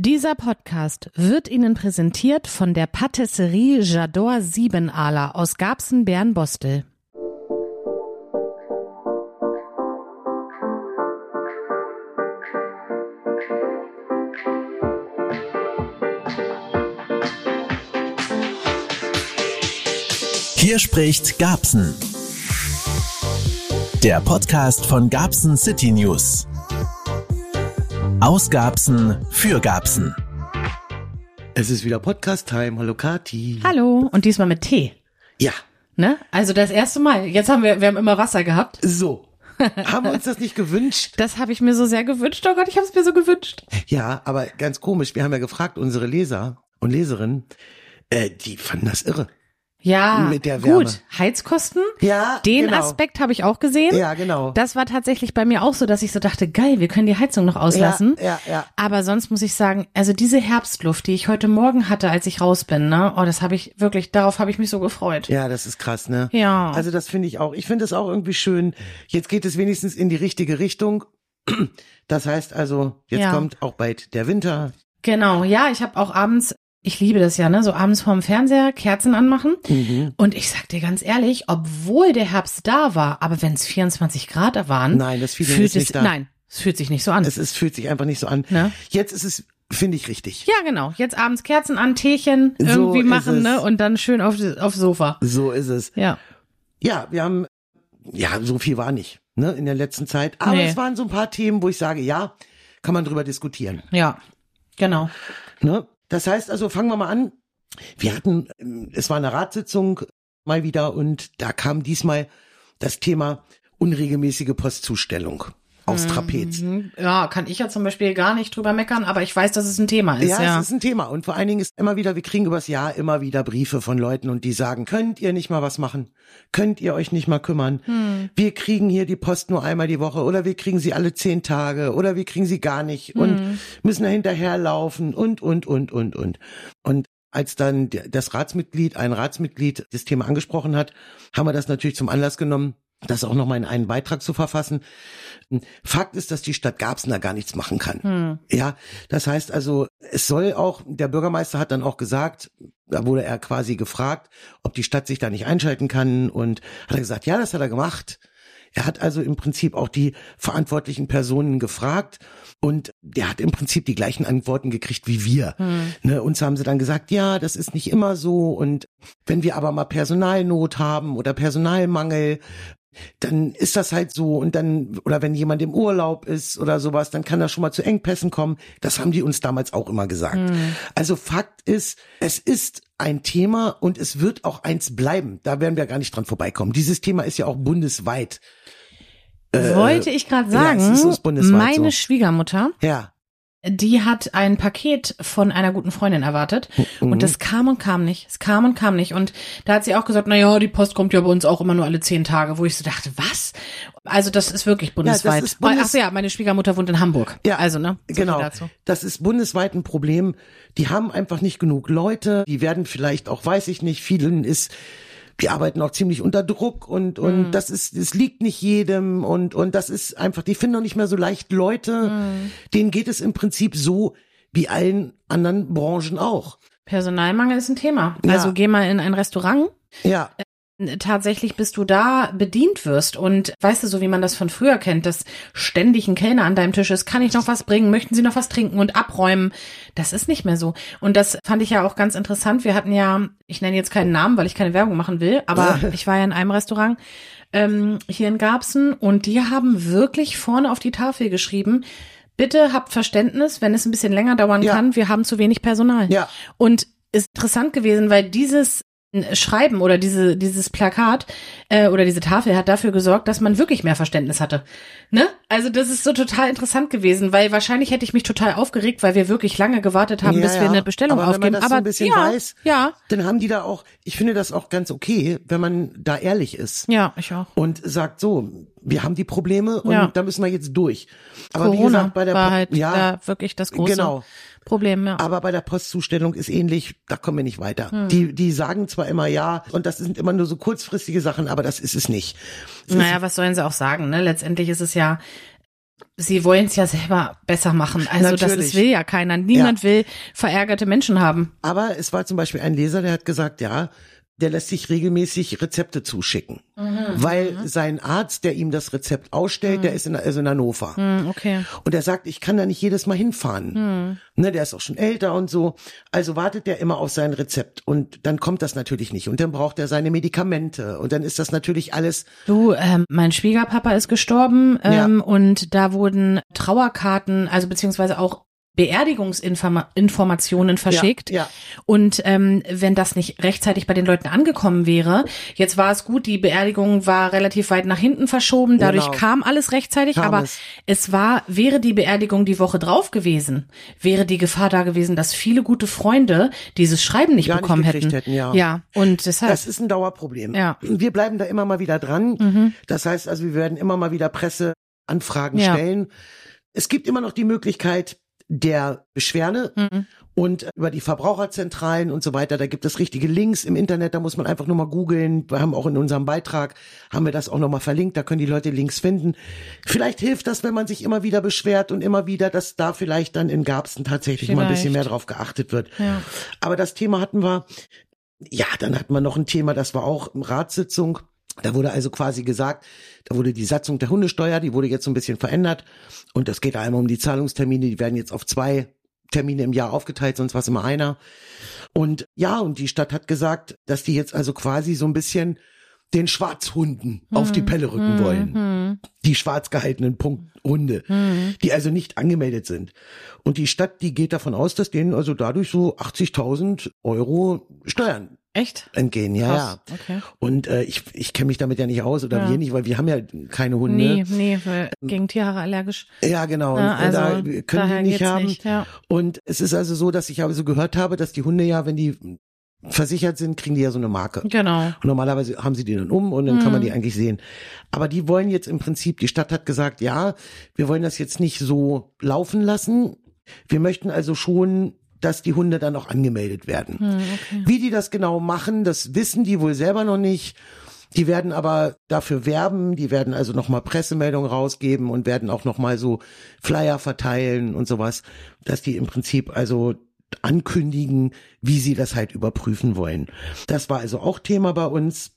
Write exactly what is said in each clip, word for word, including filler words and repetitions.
Dieser Podcast wird Ihnen präsentiert von der Patisserie J'adore Siebenaler aus Garbsen-Bernbostel. Hier spricht Garbsen. Der Podcast von Garbsen City News. Aus Garbsen für Garbsen. Es ist wieder Podcast-Time. Hallo Kathi. Hallo, und diesmal mit Tee. Ja. Ne? Also das erste Mal. Jetzt haben wir, wir haben immer Wasser gehabt. So. Haben wir uns das nicht gewünscht? Das habe ich mir so sehr gewünscht. Oh Gott, ich habe es mir so gewünscht. Ja, aber ganz komisch. Wir haben ja gefragt, unsere Leser und Leserinnen, äh, die fanden das irre. Ja, mit der Wärme. Gut. Heizkosten, Ja, den genau. Aspekt habe ich auch gesehen. Ja, genau. Das war tatsächlich bei mir auch so, dass ich so dachte, geil, wir können die Heizung noch auslassen. Ja, ja, ja. Aber sonst muss ich sagen, also diese Herbstluft, die ich heute Morgen hatte, als ich raus bin, ne, oh, das habe ich wirklich, darauf habe ich mich so gefreut. Ja, das ist krass, ne? Ja. Also das finde ich auch. Ich finde es auch irgendwie schön. Jetzt geht es wenigstens in die richtige Richtung. Das heißt also, jetzt Ja. kommt auch bald der Winter. Genau, ja, ich habe auch abends, ich liebe das ja, ne, so abends vorm Fernseher Kerzen anmachen. Mhm. Und ich sag dir ganz ehrlich, obwohl der Herbst da war, aber wenn es vierundzwanzig Grad waren, Nein, das Feeling fühlt ist nicht es, da. nein, es fühlt sich nicht so an. Es ist, fühlt sich einfach nicht so an. Ne? Jetzt ist es, finde ich, richtig. Ja, genau. Jetzt abends Kerzen an, Teechen So irgendwie ist machen, es. ne, und dann schön auf aufs Sofa. So ist es. Ja. Ja, wir haben, ja, so viel war nicht, ne, in der letzten Zeit. Aber Nee. es waren so ein paar Themen, wo ich sage, ja, kann man drüber diskutieren, Ja. Genau. ne. Das heißt also, fangen wir mal an. Wir hatten, ähm, es war eine Ratssitzung mal wieder und da kam diesmal das Thema unregelmäßige Postzustellung aus Trapez. Mhm. Ja, kann ich ja zum Beispiel gar nicht drüber meckern, aber ich weiß, dass es ein Thema ist. Ja, Ja, es ist ein Thema und vor allen Dingen ist immer wieder, wir kriegen übers Jahr immer wieder Briefe von Leuten und die sagen, könnt ihr nicht mal was machen? Könnt ihr euch nicht mal kümmern? Hm. Wir kriegen hier die Post nur einmal die Woche oder wir kriegen sie alle zehn Tage oder wir kriegen sie gar nicht und Hm. müssen da hinterherlaufen und, und, und, und, und. Und als dann der- das Ratsmitglied, ein Ratsmitglied das Thema angesprochen hat, haben wir das natürlich zum Anlass genommen, das auch nochmal in einen Beitrag zu verfassen. Fakt ist, dass die Stadt Garbsen da gar nichts machen kann. Hm. Ja, das heißt also, es soll auch, der Bürgermeister hat dann auch gesagt, da wurde er quasi gefragt, ob die Stadt sich da nicht einschalten kann und hat er gesagt, ja, das hat er gemacht. Er hat also im Prinzip auch die verantwortlichen Personen gefragt und der hat im Prinzip die gleichen Antworten gekriegt wie wir. Hm. Ne, uns haben sie dann gesagt, ja, das ist nicht immer so und wenn wir aber mal Personalnot haben oder Personalmangel, dann ist das halt so und dann, oder wenn jemand im Urlaub ist oder sowas, dann kann das schon mal zu Engpässen kommen. Das haben die uns damals auch immer gesagt. Hm. Also Fakt ist, es ist ein Thema und es wird auch eins bleiben. Da werden wir gar nicht dran vorbeikommen. Dieses Thema ist ja auch bundesweit. Äh, Wollte ich gerade ja, sagen, es ist uns bundesweit meine so. Schwiegermutter, Ja. die hat ein Paket von einer guten Freundin erwartet Mhm. und das kam und kam nicht. Es kam und kam nicht. Und da hat sie auch gesagt, na ja, die Post kommt ja bei uns auch immer nur alle zehn Tage, wo ich so dachte, was? Also das ist wirklich bundesweit. ist bundes- Ach so, ja, meine Schwiegermutter wohnt in Hamburg. Ja, also, ne? So viel genau. dazu. Das ist bundesweit ein Problem. Die haben einfach nicht genug Leute. Die werden vielleicht auch, weiß ich nicht, vielen ist, die arbeiten auch ziemlich unter Druck und und Mhm. das ist, es liegt nicht jedem und und das ist einfach, die finden auch nicht mehr so leicht Leute. Mhm. Denen geht es im Prinzip so wie allen anderen Branchen auch. Personalmangel ist ein Thema. Ja. Also geh mal in ein Restaurant. Ja, Tatsächlich, bis du da bedient wirst und weißt du, so wie man das von früher kennt, dass ständig ein Kellner an deinem Tisch ist, kann ich noch was bringen, möchten Sie noch was trinken und abräumen, das ist nicht mehr so. Und das fand ich ja auch ganz interessant. Wir hatten ja, ich nenne jetzt keinen Namen, weil ich keine Werbung machen will, aber ich war ja in einem Restaurant ähm, hier in Garbsen und die haben wirklich vorne auf die Tafel geschrieben, bitte habt Verständnis, wenn es ein bisschen länger dauern Ja. kann, wir haben zu wenig Personal. ja, Und ist interessant gewesen, weil dieses Schreiben oder diese dieses Plakat äh, oder diese Tafel hat dafür gesorgt, dass man wirklich mehr Verständnis hatte. Ne? Also das ist so total interessant gewesen, weil wahrscheinlich hätte ich mich total aufgeregt, weil wir wirklich lange gewartet haben, Ja, bis wir ja. eine Bestellung Aber wenn man aufgeben. das so Aber ein bisschen ja, weiß, ja, dann haben die da auch, ich finde das auch ganz okay, wenn man da ehrlich ist. ja, ich auch. Und sagt so, wir haben die Probleme und Ja. da müssen wir jetzt durch. Aber Corona wie gesagt, bei der war Po- halt ja, da wirklich das große genau. Problem, ja. Aber bei der Postzustellung ist ähnlich, da kommen wir nicht weiter. Hm. Die, die sagen zwar immer ja, und das sind immer nur so kurzfristige Sachen, aber das ist es nicht. Es Naja, was sollen sie auch sagen, ne? Letztendlich ist es ja, Sie wollen es ja selber besser machen. Also Natürlich. das ist, will ja keiner. Niemand Ja. will verärgerte Menschen haben. Aber es war zum Beispiel ein Leser, der hat gesagt, ja, der lässt sich regelmäßig Rezepte zuschicken. Mhm. Weil mhm. sein Arzt, der ihm das Rezept ausstellt, mhm. der ist in, also in Hannover. Mhm, okay. Und er sagt, ich kann da nicht jedes Mal hinfahren. Mhm. Ne, der ist auch schon älter und so. Also wartet der immer auf sein Rezept. Und dann kommt das natürlich nicht. Und dann braucht er seine Medikamente. Und dann ist das natürlich alles. Du, ähm, mein Schwiegerpapa ist gestorben ähm, ja. und da wurden Trauerkarten, also beziehungsweise auch Beerdigungsinformationen verschickt. Ja, ja. Und ähm, wenn das nicht rechtzeitig bei den Leuten angekommen wäre, jetzt war es gut, die Beerdigung war relativ weit nach hinten verschoben, dadurch Genau. kam alles rechtzeitig, Kam aber es. es war, wäre die Beerdigung die Woche drauf gewesen, wäre die Gefahr da gewesen, dass viele gute Freunde dieses Schreiben nicht Gar bekommen nicht gekriegt hätten. hätten, ja. ja, und deshalb. Das ist ein Dauerproblem. Ja. Wir bleiben da immer mal wieder dran. Mhm. Das heißt also, wir werden immer mal wieder Presseanfragen Ja. stellen. Es gibt immer noch die Möglichkeit der Beschwerde Mhm. und über die Verbraucherzentralen und so weiter. Da gibt es richtige Links im Internet, da muss man einfach nur mal googeln. Wir haben auch in unserem Beitrag, haben wir das auch nochmal verlinkt, da können die Leute Links finden. Vielleicht hilft das, wenn man sich immer wieder beschwert und immer wieder, dass da vielleicht dann in Garbsen tatsächlich mal ein bisschen Vielleicht. mehr drauf geachtet wird. Ja. Aber das Thema hatten wir, ja, dann hatten wir noch ein Thema, das war auch eine Ratssitzung. Da wurde also quasi gesagt, da wurde die Satzung der Hundesteuer, die wurde jetzt so ein bisschen verändert. Und das geht einmal um die Zahlungstermine, die werden jetzt auf zwei Termine im Jahr aufgeteilt, sonst war es immer einer. Und ja, und die Stadt hat gesagt, dass die jetzt also quasi so ein bisschen den Schwarzhunden hm. auf die Pelle rücken hm. wollen. Hm. Die schwarz gehaltenen Punkthunde, hm. die also nicht angemeldet sind. Und die Stadt, die geht davon aus, dass denen also dadurch so achtzigtausend Euro Steuern Echt? entgehen, ja, Krass. ja. Okay. Und äh, ich ich kenne mich damit ja nicht aus oder Ja. wir nicht, weil wir haben ja keine Hunde. Nee, nee, weil gegen Tierhaare allergisch. Ja, genau. Ja, Und, also, da können daher die nicht geht's haben. nicht, ja. Und es ist also so, dass ich aber so gehört habe, dass die Hunde ja, wenn die versichert sind, kriegen die ja so eine Marke. Genau. Und normalerweise haben sie die dann um und dann Mhm. kann man die eigentlich sehen. Aber die wollen jetzt im Prinzip, die Stadt hat gesagt, ja, wir wollen das jetzt nicht so laufen lassen. Wir möchten also schon, dass die Hunde dann auch angemeldet werden. Hm, okay. Wie die das genau machen, das wissen die wohl selber noch nicht. Die werden aber dafür werben, die werden also nochmal Pressemeldungen rausgeben und werden auch nochmal so Flyer verteilen und sowas, dass die im Prinzip also ankündigen, wie sie das halt überprüfen wollen. Das war also auch Thema bei uns.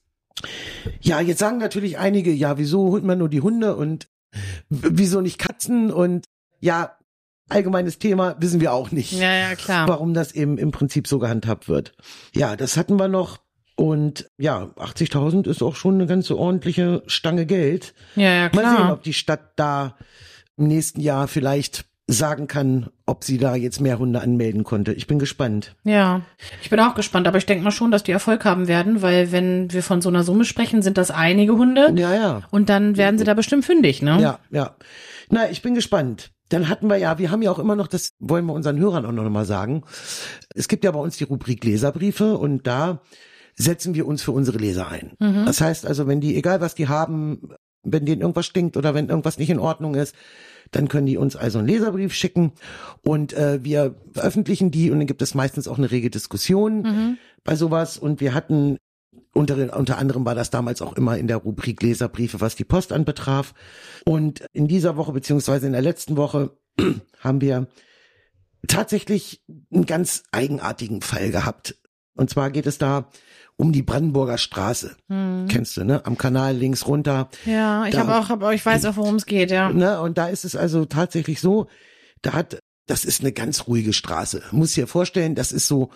Ja, jetzt sagen natürlich einige, ja, wieso holt man nur die Hunde und wieso nicht Katzen und ja, allgemeines Thema, wissen wir auch nicht. Ja, ja, klar. Warum das eben im Prinzip so gehandhabt wird. Ja, das hatten wir noch. Und ja, achtzigtausend ist auch schon eine ganze ordentliche Stange Geld. Ja, ja, klar. Mal sehen, ob die Stadt da im nächsten Jahr vielleicht sagen kann, ob sie da jetzt mehr Hunde anmelden konnte. Ich bin gespannt. Ja, ich bin auch gespannt, aber ich denke mal schon, dass die Erfolg haben werden, weil wenn wir von so einer Summe sprechen, sind das einige Hunde. Ja, ja. Und dann werden sie da bestimmt fündig, ne? Ja, ja. Na, ich bin gespannt. Dann hatten wir ja, wir haben ja auch immer noch, das wollen wir unseren Hörern auch noch mal sagen, es gibt ja bei uns die Rubrik Leserbriefe und da setzen wir uns für unsere Leser ein. Mhm. Das heißt also, wenn die, egal was die haben, wenn denen irgendwas stinkt oder wenn irgendwas nicht in Ordnung ist, dann können die uns also einen Leserbrief schicken und äh, wir veröffentlichen die und dann gibt es meistens auch eine rege Diskussion mhm. bei sowas und wir hatten Unter, unter anderem war das damals auch immer in der Rubrik Leserbriefe, was die Post anbetraf. Und in dieser Woche, beziehungsweise in der letzten Woche, haben wir tatsächlich einen ganz eigenartigen Fall gehabt. Und zwar geht es da um die Brandenburger Straße. Hm. Kennst du, ne? Am Kanal links runter. Ja, ich habe auch, aber ich weiß auch, worum es geht, ja. Ne? Und da ist es also tatsächlich so, da hat, das ist eine ganz ruhige Straße. Muss dir vorstellen, das ist so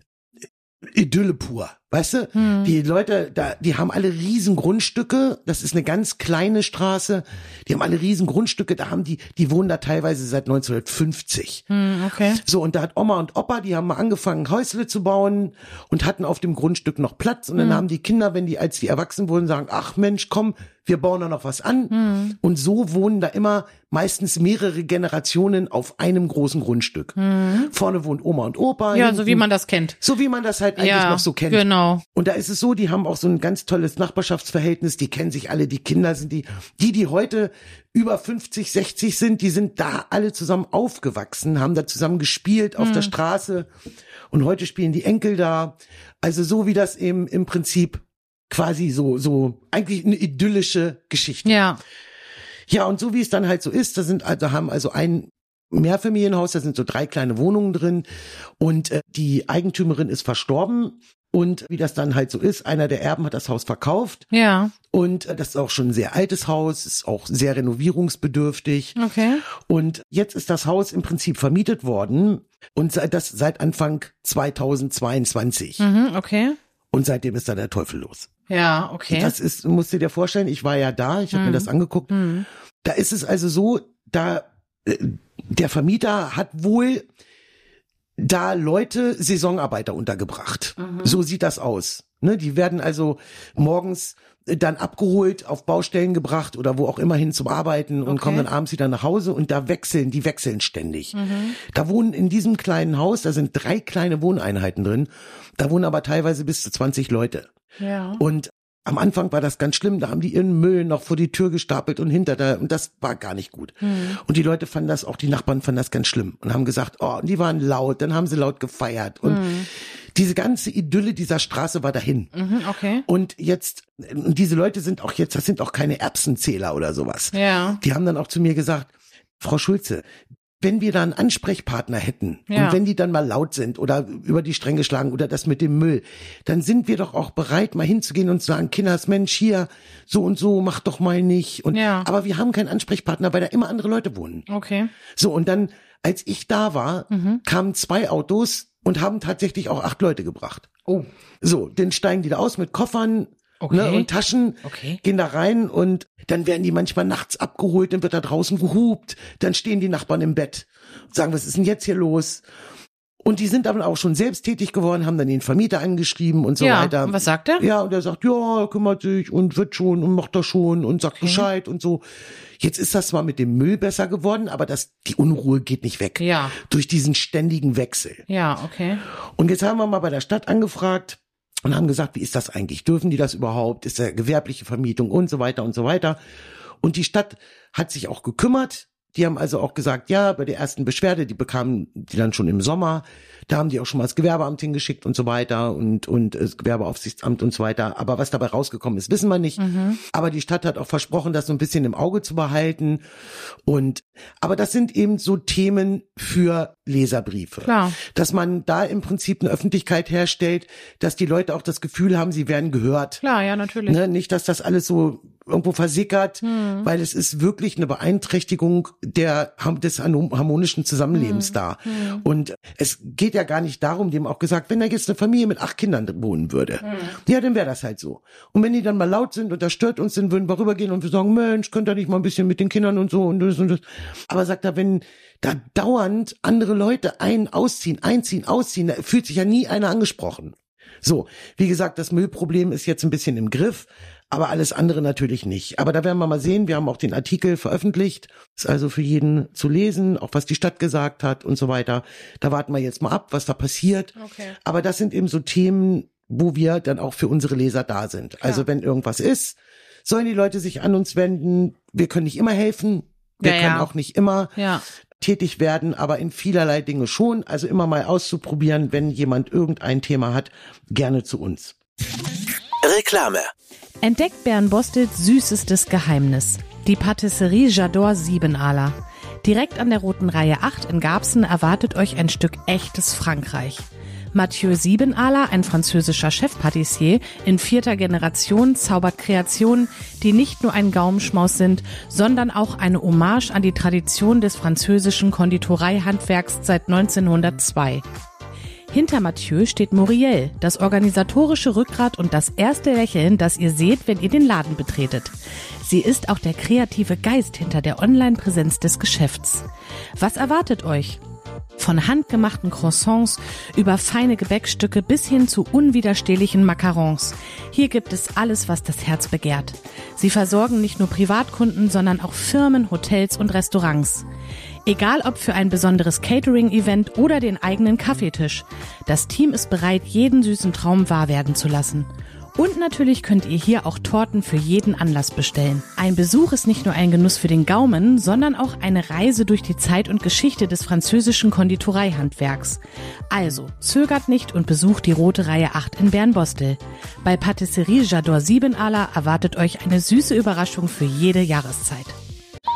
Idylle pur, weißt du? Hm. Die Leute, da, die haben alle riesen Grundstücke. Das ist eine ganz kleine Straße. Die haben alle riesen Grundstücke. Da haben die, die wohnen da teilweise seit neunzehnhundertfünfzig. Hm, okay. So, und da hat Oma und Opa, die haben mal angefangen, Häusle zu bauen und hatten auf dem Grundstück noch Platz. Und dann hm. haben die Kinder, wenn die, als die erwachsen wurden, sagen, ach Mensch, komm, wir bauen da noch was an. Hm. Und so wohnen da immer meistens mehrere Generationen auf einem großen Grundstück. Hm. Vorne wohnt Oma und Opa. Ja, hinten, so wie man das kennt. So wie man das halt eigentlich ja, noch so kennt. Genau. Und da ist es so, die haben auch so ein ganz tolles Nachbarschaftsverhältnis, die kennen sich alle, die Kinder sind die, die, die heute über fünfzig, sechzig sind, die sind da alle zusammen aufgewachsen, haben da zusammen gespielt auf hm. der Straße und heute spielen die Enkel da. Also so wie das eben im Prinzip quasi so, so eigentlich eine idyllische Geschichte. Ja. Ja, und so wie es dann halt so ist, da sind also haben also ein Mehrfamilienhaus, da sind so drei kleine Wohnungen drin und äh, die Eigentümerin ist verstorben. Und wie das dann halt so ist, einer der Erben hat das Haus verkauft. Ja. Und das ist auch schon ein sehr altes Haus, ist auch sehr renovierungsbedürftig. Okay. Und jetzt ist das Haus im Prinzip vermietet worden und seit, das seit Anfang zweitausendzweiundzwanzig. Mhm, okay. Und seitdem ist da der Teufel los. Ja, okay. Das ist, musst du dir vorstellen, ich war ja da, ich habe mhm. mir das angeguckt. Mhm. Da ist es also so, da äh, der Vermieter hat wohl da Leute, Saisonarbeiter untergebracht. Mhm. So sieht das aus. Ne, die werden also morgens dann abgeholt, auf Baustellen gebracht oder wo auch immer hin zum Arbeiten und okay. kommen dann abends wieder nach Hause und da wechseln, die wechseln ständig. Mhm. Da wohnen in diesem kleinen Haus, da sind drei kleine Wohneinheiten drin, da wohnen aber teilweise bis zu zwanzig Leute. Ja. Und am Anfang war das ganz schlimm, da haben die ihren Müll noch vor die Tür gestapelt und hinter da, und das war gar nicht gut. Mhm. Und die Leute fanden das, auch die Nachbarn fanden das ganz schlimm und haben gesagt, oh, und die waren laut, dann haben sie laut gefeiert und mhm. diese ganze Idylle dieser Straße war dahin. Mhm, okay. Und jetzt, und diese Leute sind auch jetzt, das sind auch keine Erbsenzähler oder sowas. Ja. Die haben dann auch zu mir gesagt, Frau Schulze, wenn wir da einen Ansprechpartner hätten ja. und wenn die dann mal laut sind oder über die Stränge schlagen oder das mit dem Müll, dann sind wir doch auch bereit, mal hinzugehen und zu sagen, Kinders, Mensch, hier, so und so, mach doch mal nicht. Und, ja. aber wir haben keinen Ansprechpartner, weil da immer andere Leute wohnen. Okay. So, und dann, als ich da war, mhm. kamen zwei Autos und haben tatsächlich auch acht Leute gebracht. Oh. So, dann steigen die da aus mit Koffern. Okay. Ne, und Taschen, okay. gehen da rein und dann werden die manchmal nachts abgeholt, dann wird da draußen gehupt, dann stehen die Nachbarn im Bett und sagen, was ist denn jetzt hier los? Und die sind aber auch schon selbsttätig geworden, haben dann den Vermieter angeschrieben und so ja, weiter. Und was sagt er? Ja, und er sagt, ja, kümmert sich und wird schon und macht das schon und sagt okay. Bescheid und so. Jetzt ist das zwar mit dem Müll besser geworden, aber das, die Unruhe geht nicht weg. Ja. Durch diesen ständigen Wechsel. Ja, okay. Und jetzt haben wir mal bei der Stadt angefragt, und haben gesagt, wie ist das eigentlich? Dürfen die das überhaupt? Ist da gewerbliche Vermietung und so weiter und so weiter? Und die Stadt hat sich auch gekümmert. Die haben also auch gesagt, ja, bei der ersten Beschwerde, die bekamen die dann schon im Sommer, da haben die auch schon mal das Gewerbeamt hingeschickt und so weiter und und das Gewerbeaufsichtsamt und so weiter. Aber was dabei rausgekommen ist, wissen wir nicht. Mhm. Aber die Stadt hat auch versprochen, das so ein bisschen im Auge zu behalten. Und aber das sind eben so Themen für Leserbriefe. Klar. Dass man da im Prinzip eine Öffentlichkeit herstellt, dass die Leute auch das Gefühl haben, sie werden gehört. Klar, ja, natürlich. Ne? Nicht, dass das alles so irgendwo versickert, hm. weil es ist wirklich eine Beeinträchtigung der, des harmonischen Zusammenlebens hm. da. Hm. Und es geht ja gar nicht darum, dem auch gesagt, wenn da jetzt eine Familie mit acht Kindern wohnen würde, hm. ja, dann wäre das halt so. Und wenn die dann mal laut sind und das stört uns, dann würden wir rübergehen und wir sagen, Mensch, könnt ihr nicht mal ein bisschen mit den Kindern und so und das und das. Aber sagt er, wenn da dauernd andere Leute ein, ausziehen, einziehen, ausziehen, da fühlt sich ja nie einer angesprochen. So, wie gesagt, das Müllproblem ist jetzt ein bisschen im Griff, aber alles andere natürlich nicht. Aber da werden wir mal sehen, wir haben auch den Artikel veröffentlicht, ist also für jeden zu lesen, auch was die Stadt gesagt hat und so weiter. Da warten wir jetzt mal ab, was da passiert. Okay. Aber das sind eben so Themen, wo wir dann auch für unsere Leser da sind. Klar. Also wenn irgendwas ist, sollen die Leute sich an uns wenden. Wir können nicht immer helfen, wir ja, können ja. auch nicht immer ja. tätig werden, aber in vielerlei Dinge schon. Also immer mal auszuprobieren, wenn jemand irgendein Thema hat, gerne zu uns. Reklame. Entdeckt Bernbostels süßestes Geheimnis. Die Patisserie J'adore Siebenaler. Direkt an der Roten Reihe acht in Garbsen erwartet euch ein Stück echtes Frankreich. Mathieu Siebenaler, ein französischer Chefpatissier in vierter Generation, zaubert Kreationen, die nicht nur ein Gaumenschmaus sind, sondern auch eine Hommage an die Tradition des französischen Konditoreihandwerks seit neunzehnhundertzwei. Hinter Mathieu steht Muriel, das organisatorische Rückgrat und das erste Lächeln, das ihr seht, wenn ihr den Laden betretet. Sie ist auch der kreative Geist hinter der Online-Präsenz des Geschäfts. Was erwartet euch? Von handgemachten Croissants über feine Gebäckstücke bis hin zu unwiderstehlichen Macarons. Hier gibt es alles, was das Herz begehrt. Sie versorgen nicht nur Privatkunden, sondern auch Firmen, Hotels und Restaurants. Egal ob für ein besonderes Catering-Event oder den eigenen Kaffeetisch. Das Team ist bereit, jeden süßen Traum wahr werden zu lassen. Und natürlich könnt ihr hier auch Torten für jeden Anlass bestellen. Ein Besuch ist nicht nur ein Genuss für den Gaumen, sondern auch eine Reise durch die Zeit und Geschichte des französischen Konditoreihandwerks. Also, zögert nicht und besucht die Rote Reihe acht in Bernbostel. Bei Patisserie J'adore Siebenaler erwartet euch eine süße Überraschung für jede Jahreszeit.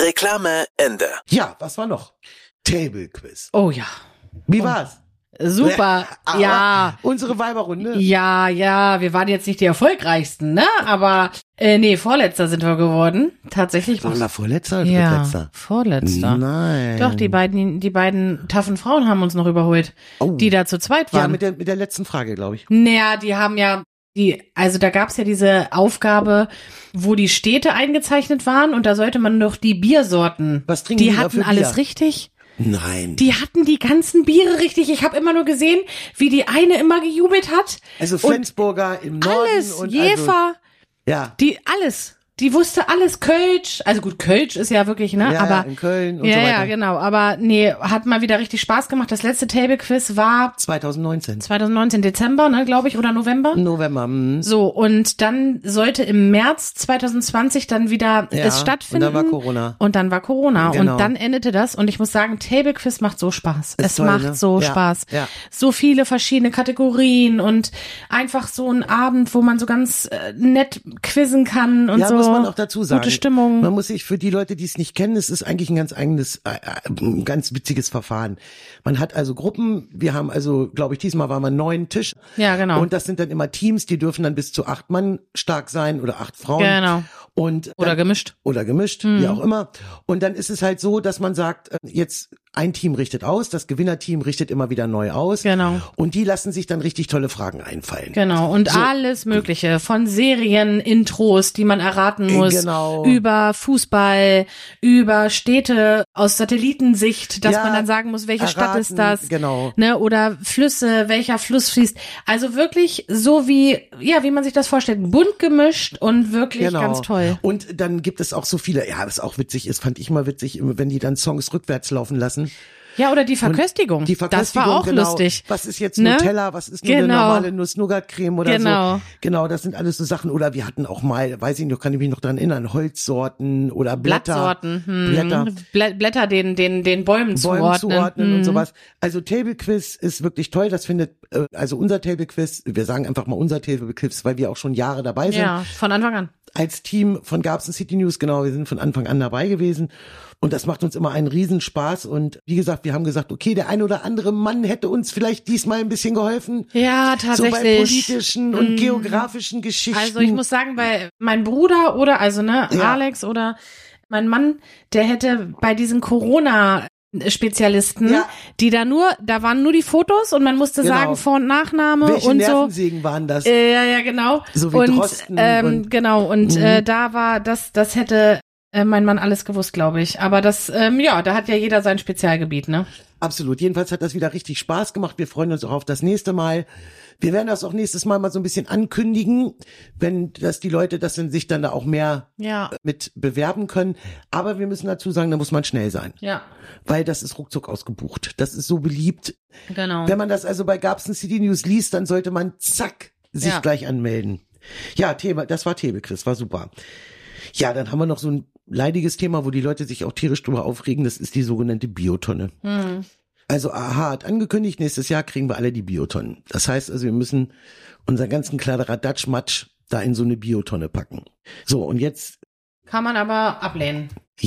Reklame Ende. Ja, was war noch? Table Quiz. Oh ja. Wie war's? Super, Aber ja. Unsere Weiberrunde. Ja, ja, wir waren jetzt nicht die erfolgreichsten, ne? Aber, äh, nee, Vorletzter sind wir geworden. Tatsächlich. Waren wir Vorletzter oder ja, Drittletzter? Vorletzter. Nein. Doch, die beiden, die beiden taffen Frauen haben uns noch überholt. Oh. Die da zu zweit waren. Ja, mit der, mit der letzten Frage, glaube ich. Naja, die haben ja, die, also da gab's ja diese Aufgabe, wo die Städte eingezeichnet waren und da sollte man doch die Biersorten. Was trinken die die da hatten für Bier? alles richtig. Nein. Die hatten die ganzen Biere richtig. Ich habe immer nur gesehen, wie die eine immer gejubelt hat. Also Flensburger im Norden Alles, und Jefer, also, ja. die alles. Die wusste alles, Kölsch. Also gut, Kölsch ist ja wirklich, ne? Ja, aber ja, in Köln und ja, so weiter. ja, genau. Aber nee, hat mal wieder richtig Spaß gemacht. Das letzte Table Quiz war zwanzig neunzehn. zwanzig neunzehn Dezember, ne, glaube ich, oder November. November. Mh. So, und dann sollte im März zwanzig zwanzig dann wieder Ja, es stattfinden. und dann war Corona. Und dann war Corona. Genau. Und dann endete das. Und ich muss sagen, Table Quiz macht so Spaß. Ist es toll, macht ne? so Ja, Spaß. ja. So viele verschiedene Kategorien und einfach so ein Abend, wo man so ganz äh, nett quizzen kann und Ja, so. muss man auch dazu sagen. Gute Stimmung. Man muss sich, für die Leute, die es nicht kennen, es ist eigentlich ein ganz eigenes, äh, ein ganz witziges Verfahren. Man hat also Gruppen, wir haben also, glaube ich, diesmal waren wir neun Tisch. Ja, genau. Und das sind dann immer Teams, die dürfen dann bis zu acht Mann stark sein oder acht Frauen. Genau. Und dann, Oder gemischt. Oder gemischt, Mhm. wie auch immer. Und dann ist es halt so, dass man sagt, äh, jetzt ein Team richtet aus, das Gewinnerteam richtet immer wieder neu aus. Genau. Und die lassen sich dann richtig tolle Fragen einfallen. Genau, und So. alles Mögliche, von Serien-Intros, die man erraten muss, Genau. über Fußball, über Städte aus Satellitensicht, dass Ja, man dann sagen muss, welche Stadt erraten, ist das, genau. ne, oder Flüsse, welcher Fluss fließt. Also wirklich so wie, ja, wie man sich das vorstellt, bunt gemischt und wirklich Genau. ganz toll. Und dann gibt es auch so viele, ja, was auch witzig ist, fand ich mal witzig, wenn die dann Songs rückwärts laufen lassen. Ja, oder die Verköstigung. Die Verköstigung, das war auch genau. lustig. Was ist jetzt Ne? Nutella, was ist nur eine Genau. normale Nuss-Nougat-Creme oder Genau. so. Genau, das sind alles so Sachen. Oder wir hatten auch mal, weiß ich noch, kann ich mich noch dran erinnern, Holzsorten oder Blätter. Blattsorten, hm. Blätter. Blä- Blätter den, den, den Bäumen, Bäumen zuordnen, zuordnen hm. und sowas. Also Table Quiz ist wirklich toll. Das findet, äh, also unser Table Quiz, wir sagen einfach mal unser Table Quiz, weil wir auch schon Jahre dabei sind. Ja, von Anfang an. Als Team von Garbsen City News, genau, wir sind von Anfang an dabei gewesen und das macht uns immer einen Riesenspaß und wie gesagt, wir haben gesagt, okay, der ein oder andere Mann hätte uns vielleicht diesmal ein bisschen geholfen. Ja, So bei tatsächlich. politischen und Mm. geografischen Geschichten. Also ich muss sagen, bei mein Bruder oder also ne Ja. Alex oder mein Mann, der hätte bei diesen Corona Spezialisten, Ja. die da nur, da waren nur die Fotos und man musste Genau. sagen Vor- und Nachname Welche und so. Nervensägen waren das? Äh, ja, ja, genau. So wie und, Drosten ähm, und- genau und Mhm. äh, da war das, das hätte äh, mein Mann alles gewusst, glaube ich. Aber das, ähm, ja, da hat ja jeder sein Spezialgebiet, ne? Absolut. Jedenfalls hat das wieder richtig Spaß gemacht. Wir freuen uns auch auf das nächste Mal. Wir werden das auch nächstes Mal mal so ein bisschen ankündigen, wenn das die Leute, das sind sich dann da auch mehr Ja, mit bewerben können. Aber wir müssen dazu sagen, da muss man schnell sein. ja, Weil das ist ruckzuck ausgebucht. Das ist so beliebt. genau. Wenn man das also bei Garbsen City News liest, dann sollte man zack sich Ja. gleich anmelden. Ja, Thema, das war Thebe, Chris, war super. Ja, dann haben wir noch so ein leidiges Thema, wo die Leute sich auch tierisch drüber aufregen. Das ist die sogenannte Biotonne. Hm. Also A H hat angekündigt, nächstes Jahr kriegen wir alle die Biotonnen. Das heißt also, wir müssen unseren ganzen Kladderadatsch-Matsch da in so eine Biotonne packen. So, und jetzt, Kann man aber ablehnen.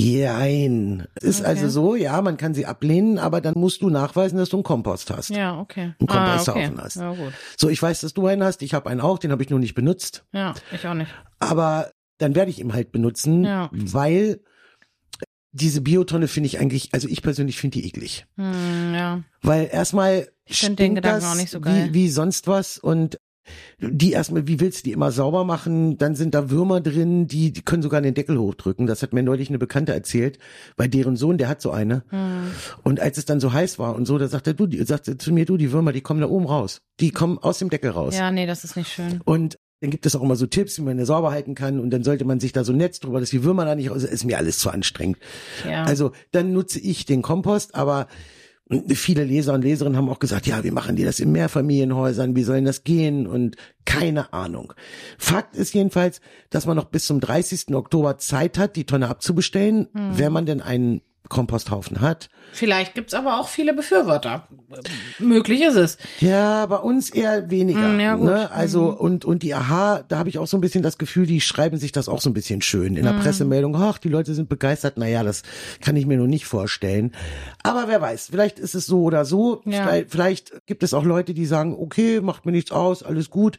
jein. Es ist Okay. also so, ja, man kann sie ablehnen, aber dann musst du nachweisen, dass du einen Kompost hast. Ja, okay. Einen Kompost ah, okay. laufen hast. Ja, gut. So, ich weiß, dass du einen hast, ich habe einen auch, den habe ich nur nicht benutzt. Ja, ich auch nicht. Aber dann werde ich ihn halt benutzen, Ja. weil diese Biotonne finde ich eigentlich, also ich persönlich finde die eklig. Hm, ja. Weil erstmal Ich find den stinkt Gedanken das auch nicht so geil. Wie, wie sonst was und die erstmal, wie willst du die immer sauber machen? Dann sind da Würmer drin, die, die können sogar den Deckel hochdrücken. Das hat mir neulich eine Bekannte erzählt, weil deren Sohn, der hat so eine. Hm. Und als es dann so heiß war und so, da sagt er, du, die, sagt er zu mir, du, die Würmer, die kommen da oben raus. Die kommen aus dem Deckel raus. Ja, nee, das ist nicht schön. Und dann gibt es auch immer so Tipps, wie man eine sauber halten kann. Und dann sollte man sich da so ein Netz drüber, dass die Würmer da nicht raus, ist mir alles zu anstrengend. Ja. Also dann nutze ich den Kompost, aber viele Leser und Leserinnen haben auch gesagt, ja, wie machen die das in Mehrfamilienhäusern, wie soll denn das gehen und keine Ahnung. Fakt ist jedenfalls, dass man noch bis zum dreißigsten Oktober Zeit hat, die Tonne abzubestellen, Hm. wenn man denn einen Komposthaufen hat. Vielleicht gibt's aber auch viele Befürworter. Möglich ist es. Ja, bei uns eher weniger. Mm, ja, gut. Ne? Also und und die A H, da habe ich auch so ein bisschen das Gefühl, die schreiben sich das auch so ein bisschen schön in der mm. Pressemeldung. Ach, die Leute sind begeistert. Naja, das kann ich mir noch nicht vorstellen. Aber wer weiß, vielleicht ist es so oder so. Ja. Vielleicht, vielleicht gibt es auch Leute, die sagen, okay, macht mir nichts aus, alles gut.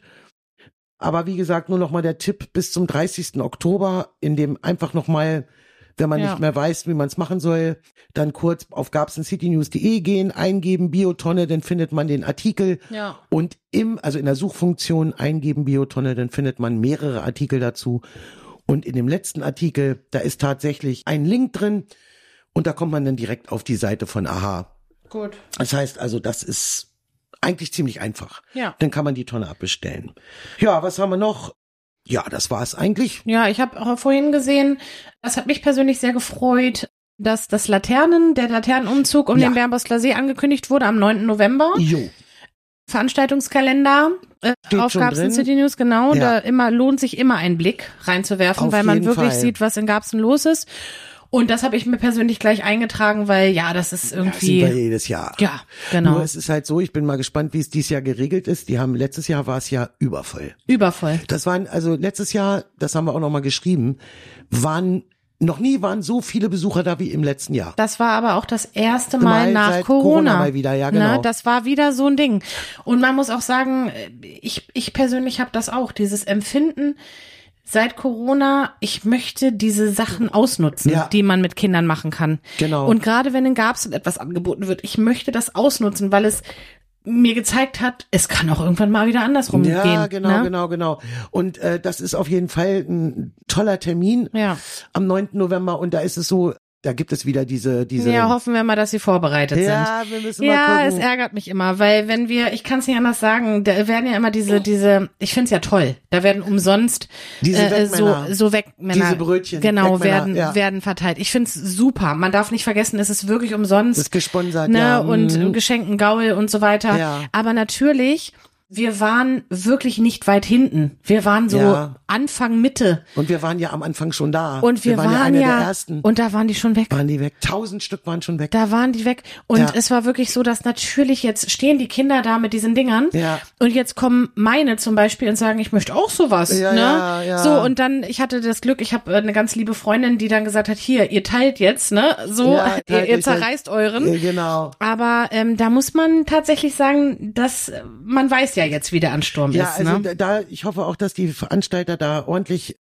Aber wie gesagt, nur noch mal der Tipp bis zum dreißigsten Oktober, in dem einfach noch mal, wenn man ja. nicht mehr weiß, wie man es machen soll, dann kurz auf gabsen city news punkt de gehen, eingeben Biotonne, dann findet man den Artikel ja. und im, also in der Suchfunktion eingeben Biotonne, dann findet man mehrere Artikel dazu. Und in dem letzten Artikel, da ist tatsächlich ein Link drin und da kommt man dann direkt auf die Seite von A H. Gut. Das heißt also, das ist eigentlich ziemlich einfach. Ja. Dann kann man die Tonne abbestellen. Ja, was haben wir noch? Ja, das war es eigentlich. Ja, ich habe auch vorhin gesehen, das hat mich persönlich sehr gefreut, dass das Laternen, der Laternenumzug um Ja. den Bernbosler See angekündigt wurde am neunten November. Jo. Veranstaltungskalender äh, Steht auf schon Garbsen drin. City News, genau. Ja. Da immer lohnt sich immer ein Blick reinzuwerfen, Auf weil man jeden wirklich Fall. sieht, was in Garbsen los ist. Und das habe ich mir persönlich gleich eingetragen, weil ja, das ist Ja, das irgendwie. sind wir jedes Jahr. Ja, genau. Nur es ist halt so, ich bin mal gespannt, wie es dieses Jahr geregelt ist. Die haben, letztes Jahr war es ja übervoll. Übervoll. Das waren, also letztes Jahr, das haben wir auch nochmal geschrieben, waren, noch nie waren so viele Besucher da wie im letzten Jahr. Das war aber auch das erste Mal Mal nach seit Corona. Corona mal wieder, ja, genau. Ne, das war wieder so ein Ding. Und man muss auch sagen, ich, ich persönlich habe das auch, dieses Empfinden seit Corona, ich möchte diese Sachen ausnutzen, Ja. die man mit Kindern machen kann. Genau. Und gerade wenn in Garbsen etwas angeboten wird, ich möchte das ausnutzen, weil es mir gezeigt hat, es kann auch irgendwann mal wieder andersrum Ja, gehen. genau, ne? genau, genau. Und äh, das ist auf jeden Fall ein toller Termin Ja. am neunten November und da ist es so, da gibt es wieder diese, diese. Ja, hoffen wir mal, dass sie vorbereitet Ja, sind. wir müssen Ja, mal es gucken. ärgert mich immer, weil wenn wir, ich kann es nicht anders sagen, da werden ja immer diese, diese, ich find's ja toll, da werden umsonst Diese äh, so, Wegmänner. so Wegmänner, Diese Brötchen, genau, Wegmänner, werden, ja. werden verteilt. Ich find's super. Man darf nicht vergessen, es ist wirklich umsonst. Das ist gesponsert, ne, ja. und Mhm. Geschenken Gaul und so weiter. Ja. Aber natürlich, wir waren wirklich nicht weit hinten. Wir waren so Ja. Anfang, Mitte. Und wir waren ja am Anfang schon da. Und wir, waren, ja einer ja, der ersten. und da waren die schon weg. Waren die weg? Tausend Stück waren schon weg. Da waren die weg. Und Ja. es war wirklich so, dass natürlich jetzt stehen die Kinder da mit diesen Dingern. Ja. Und jetzt kommen meine zum Beispiel und sagen, ich möchte auch sowas. Ja, ne? ja, ja. So, und dann, ich hatte das Glück, ich habe eine ganz liebe Freundin, die dann gesagt hat, hier, ihr teilt jetzt, ne? So, Ja, ihr, teilt ihr euch zerreißt euren. Ja, genau. Aber ähm, da muss man tatsächlich sagen, dass äh, man weiß ja jetzt, wie der Ansturm Ja, ist. also Ne? da, ich hoffe auch, dass die Veranstalter da ordentlich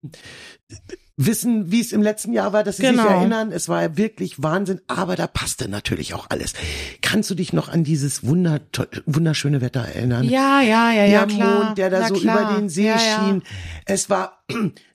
wissen, wie es im letzten Jahr war, dass sie Genau. sich erinnern. Es war ja wirklich Wahnsinn, aber da passte natürlich auch alles. Kannst du dich noch an dieses wunder, wunderschöne Wetter erinnern? Ja, ja, ja, ja, Der klar. Mond, der da Na so klar. über den See ja, ja. schien. Es war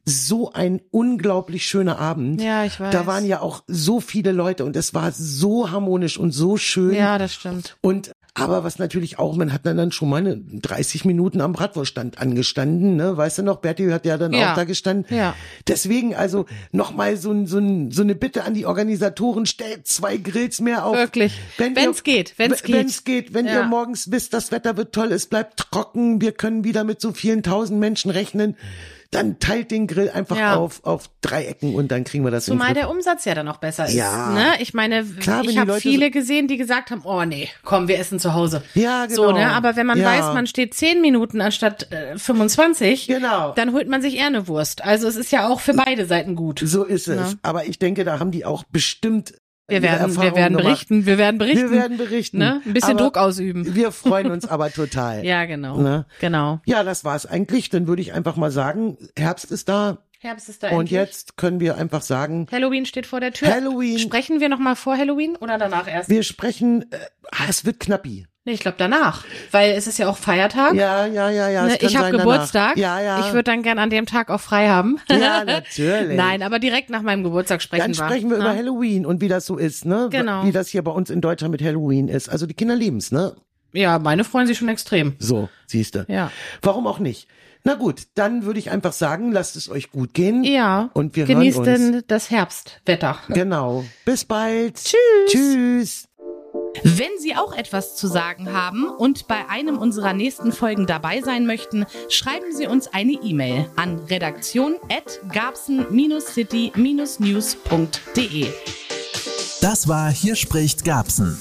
so ein unglaublich schöner Abend. Ja, ich weiß. Da waren ja auch so viele Leute und es war so harmonisch und so schön. Ja, das stimmt. Und aber was natürlich auch, man hat dann, dann schon mal eine dreißig Minuten am Bratwurststand angestanden, ne? Weißt du noch, Berti hat ja dann Ja. auch da gestanden. Ja. Deswegen also nochmal so, ein, so, ein, so eine Bitte an die Organisatoren, stellt zwei Grills mehr auf. Wirklich. Wenn Wenn's ihr- geht, wenn's w- geht. Wenn's geht, wenn Ja. ihr morgens wisst, das Wetter wird toll, es bleibt trocken, wir können wieder mit so vielen tausend Menschen rechnen, dann teilt den Grill einfach Ja. auf, auf drei Ecken und dann kriegen wir das in den Zumal Griff. der Umsatz ja dann auch besser ist. Ja. Ne? Ich meine, Klar, wenn ich die habe Leute viele so- gesehen, die gesagt haben, oh nee, komm, wir essen zu Hause. Ja, genau. So, ne? Aber wenn man Ja. weiß, man steht zehn Minuten anstatt äh, fünfundzwanzig, Genau. dann holt man sich eher eine Wurst. Also es ist ja auch für beide Seiten gut. So ist es. Ja. Aber ich denke, da haben die auch bestimmt Wir ihre werden, wir Erfahrungen werden gemacht. berichten, wir werden berichten. Wir werden berichten. Ne? Ein bisschen aber Druck ausüben. Wir freuen uns aber total. Ja, genau. Ne? Genau. Ja, das war's eigentlich. Dann würde ich einfach mal sagen, Herbst ist da. Herbst ist da Und endlich. jetzt können wir einfach sagen, Halloween steht vor der Tür. Halloween. Sprechen wir noch mal vor Halloween oder danach erst? wir sprechen, äh, ah, es wird knappi. Nee, ich glaube danach. Weil es ist ja auch Feiertag. Ja, ja, ja, ja. Ne, es kann ich habe sein Geburtstag. Danach. Ja, ja. Ich würde dann gern an dem Tag auch frei haben. Ja, natürlich. Nein, aber direkt nach meinem Geburtstag sprechen Dann wir. sprechen wir ne? über Halloween und wie das so ist, ne? Genau. Wie das hier bei uns in Deutschland mit Halloween ist. Also die Kinder lieben's, ne? Ja, meine freuen sich schon extrem. So, siehste. Ja. Warum auch nicht? Na gut, dann würde ich einfach sagen, lasst es euch gut gehen. Ja. Und wir Genießt hören uns. denn das Herbstwetter. Genau. Bis bald. Tschüss. Tschüss. Wenn Sie auch etwas zu sagen haben und bei einem unserer nächsten Folgen dabei sein möchten, schreiben Sie uns eine E-Mail an redaktion at garbsen Bindestrich city Bindestrich news punkt de. Das war Hier spricht Garbsen.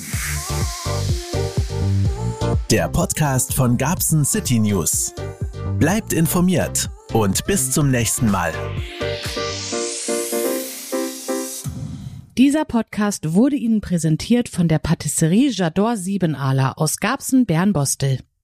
Der Podcast von Garbsen City News. Bleibt informiert und bis zum nächsten Mal. Dieser Podcast wurde Ihnen präsentiert von der Patisserie J'adore Siebenaler aus Garbsen, Bernbostel.